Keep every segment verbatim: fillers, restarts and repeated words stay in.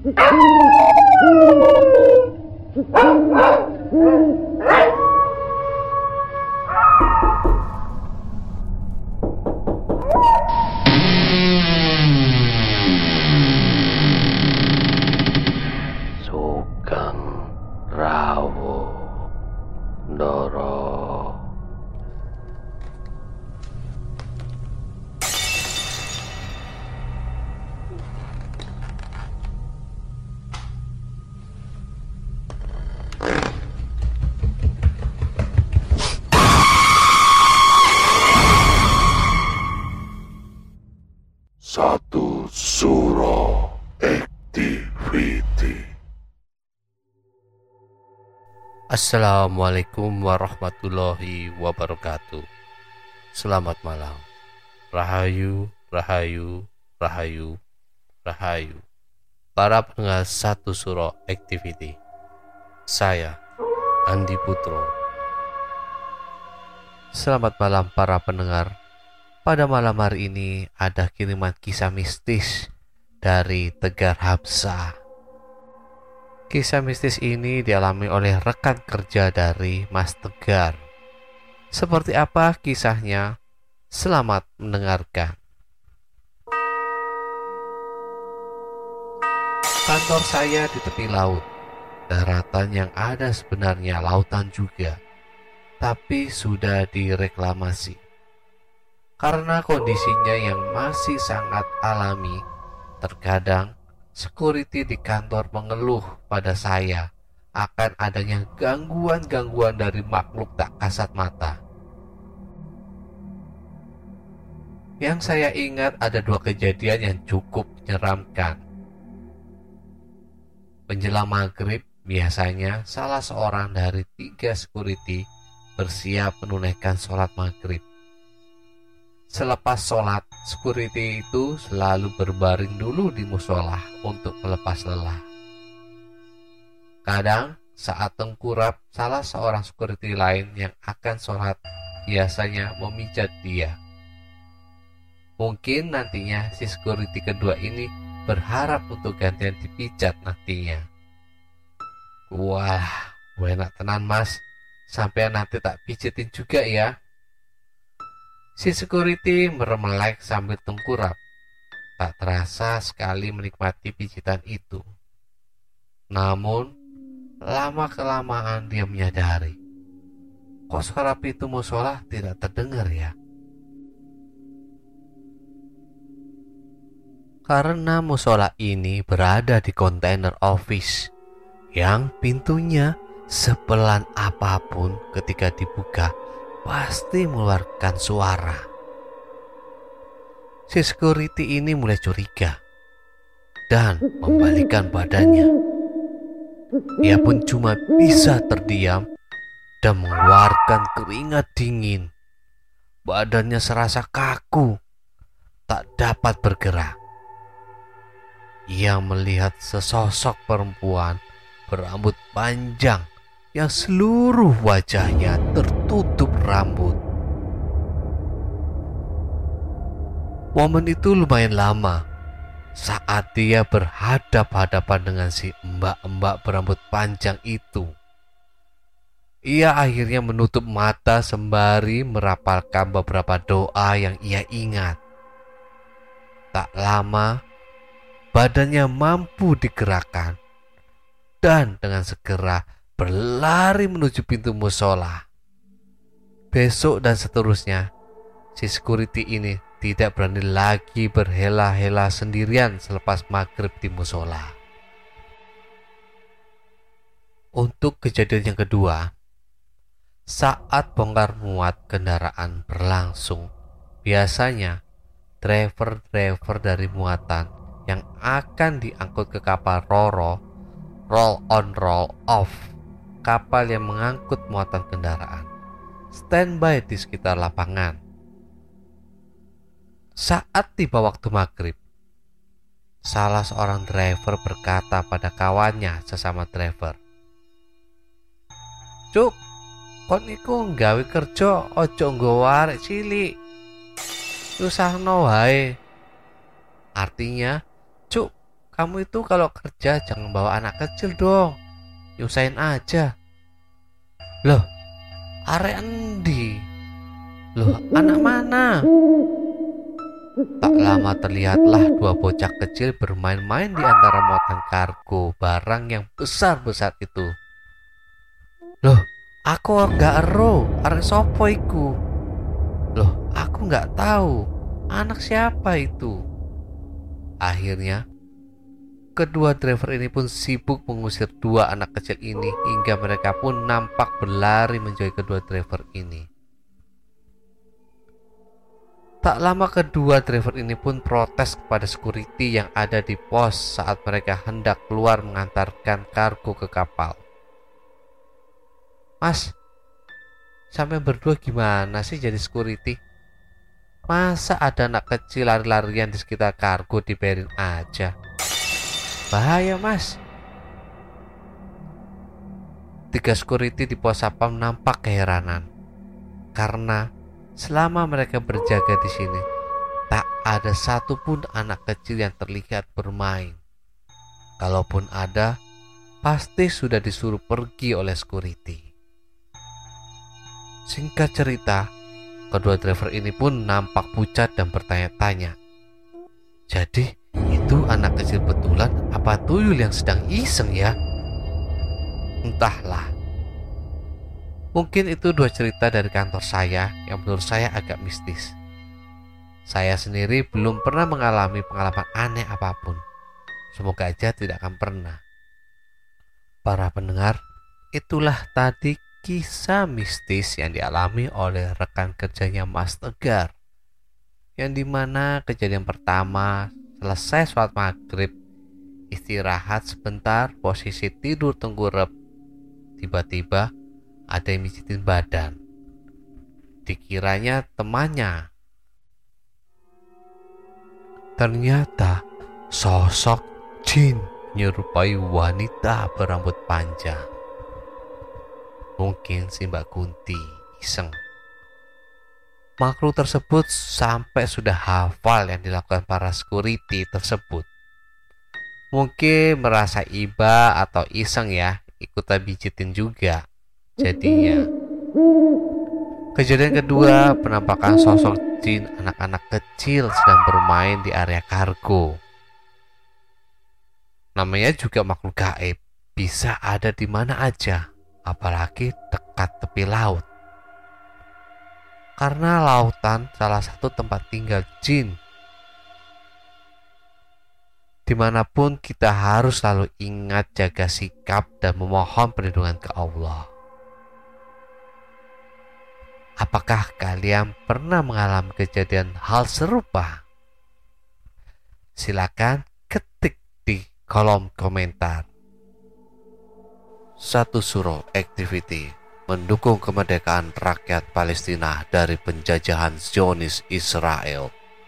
Sugeng Rawuh Ndara. Satu Suro Activity. Assalamualaikum warahmatullahi wabarakatuh. Selamat malam. Rahayu, rahayu, rahayu, rahayu. Para pendengar Satu Suro Activity. Saya Andi Putro. Selamat malam para pendengar. Pada malam hari ini ada kiriman kisah mistis dari Tegar Habsah. Kisah mistis ini dialami oleh rekan kerja dari Mas Tegar. Seperti apa kisahnya? Selamat mendengarkan. Kantor saya di tepi laut. Daratan yang ada sebenarnya lautan juga, tapi sudah direklamasi. Karena kondisinya yang masih sangat alami, terkadang security di kantor mengeluh pada saya akan adanya gangguan-gangguan dari makhluk tak kasat mata. Yang saya ingat ada dua kejadian yang cukup menyeramkan. Menjelang maghrib, biasanya salah seorang dari tiga security bersiap menunaikan sholat maghrib. Selepas sholat, security itu selalu berbaring dulu di musola untuk melepas lelah. Kadang saat tengkurap, salah seorang security lain yang akan sholat biasanya memijat dia. Mungkin nantinya si security kedua ini berharap untuk gantian dipijat nantinya. Wah, enak tenan mas, sampai nanti tak pijitin juga ya. Si security meremelek sambil tengkurap. Tak terasa sekali menikmati pijitan itu. Namun, lama-kelamaan dia menyadari, kok suara pintu musola tidak terdengar ya? Karena musola ini berada di kontainer office, yang pintunya sepelan apapun ketika dibuka, pasti mengeluarkan suara. Si security ini mulai curiga dan membalikkan badannya. Ia pun cuma bisa terdiam dan mengeluarkan keringat dingin. Badannya serasa kaku, tak dapat bergerak. Ia melihat sesosok perempuan berambut panjang yang seluruh wajahnya tertutup rambut. Momen itu lumayan lama saat dia berhadap-hadapan dengan si mbak-mbak berambut panjang itu. Ia akhirnya menutup mata sembari merapalkan beberapa doa yang ia ingat. Tak lama, badannya mampu digerakkan dan dengan segera berlari menuju pintu musola. Besok dan seterusnya, si security ini tidak berani lagi berhela-hela sendirian selepas maghrib di musola. Untuk kejadian yang kedua, saat bongkar muat kendaraan berlangsung, biasanya driver-driver dari muatan yang akan diangkut ke kapal Roro, roll on roll off, kapal yang mengangkut muatan kendaraan, standby di sekitar lapangan. Saat tiba waktu maghrib, salah seorang driver berkata pada kawannya sesama driver, "Cuk, kon iku nggawe kerja ojo nggawa arek cilik. Susahno wae." Artinya, "Cuk, kamu itu kalau kerja jangan bawa anak kecil dong. Nyusahin aja. Loh, arek endi? Loh, anak mana? Tak lama terlihatlah dua bocah kecil bermain-main di antara muatan kargo barang yang besar-besar itu. Loh, aku gak ero, arek sopo iku? Loh, aku gak tahu, anak siapa itu? Akhirnya, kedua driver ini pun sibuk mengusir dua anak kecil ini hingga mereka pun nampak berlari menjauhi kedua driver ini. Tak lama kedua driver ini pun protes kepada security yang ada di pos saat mereka hendak keluar mengantarkan kargo ke kapal. Mas, sampai berdua gimana sih jadi security? Masa ada anak kecil lari-larian di sekitar kargo dibiarin aja? Bahaya mas. Tiga security di pos sapam nampak keheranan karena selama mereka berjaga di sini, tak ada satupun anak kecil yang terlihat bermain. Kalaupun ada, pasti sudah disuruh pergi oleh security. Singkat cerita, kedua driver ini pun nampak pucat dan bertanya-tanya. Jadi, itu anak kecil betulan apa tuyul yang sedang iseng ya? Entahlah. Mungkin itu dua cerita dari kantor saya yang menurut saya agak mistis. Saya sendiri belum pernah mengalami pengalaman aneh apapun. Semoga aja tidak akan pernah. Para pendengar, itulah tadi kisah mistis yang dialami oleh rekan kerjanya Mas Tegar. Yang dimana kejadian pertama selesai sholat maghrib, istirahat sebentar, posisi tidur tengkurap. Tiba-tiba ada yang mijitin badan. Dikiranya temannya. Ternyata sosok jin menyerupai wanita berambut panjang. Mungkin si Mbak Kunti iseng. Makhluk tersebut sampai sudah hafal yang dilakukan para security tersebut. Mungkin merasa iba atau iseng ya, ikutan pijitin juga. Jadinya kejadian kedua, penampakan sosok jin anak-anak kecil sedang bermain di area kargo. Namanya juga makhluk gaib, bisa ada di mana aja, apalagi dekat tepi laut. Karena lautan salah satu tempat tinggal jin. Dimanapun kita harus selalu ingat jaga sikap dan memohon perlindungan ke Allah. Apakah kalian pernah mengalami kejadian hal serupa? Silakan ketik di kolom komentar. Satu Suro Activity mendukung kemerdekaan rakyat Palestina dari penjajahan Zionis Israel.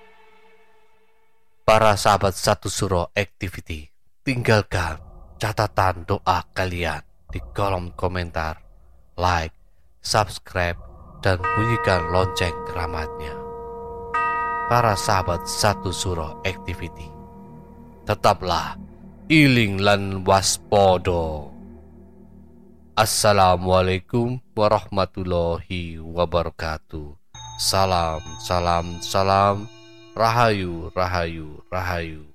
Para sahabat Satu Suro Activity, tinggalkan catatan doa kalian di kolom komentar, like, subscribe, dan bunyikan lonceng keramatnya. Para sahabat Satu Suro Activity, tetaplah iling lan waspodo. Assalamualaikum warahmatullahi wabarakatuh. Salam, salam, salam. Rahayu, rahayu, rahayu.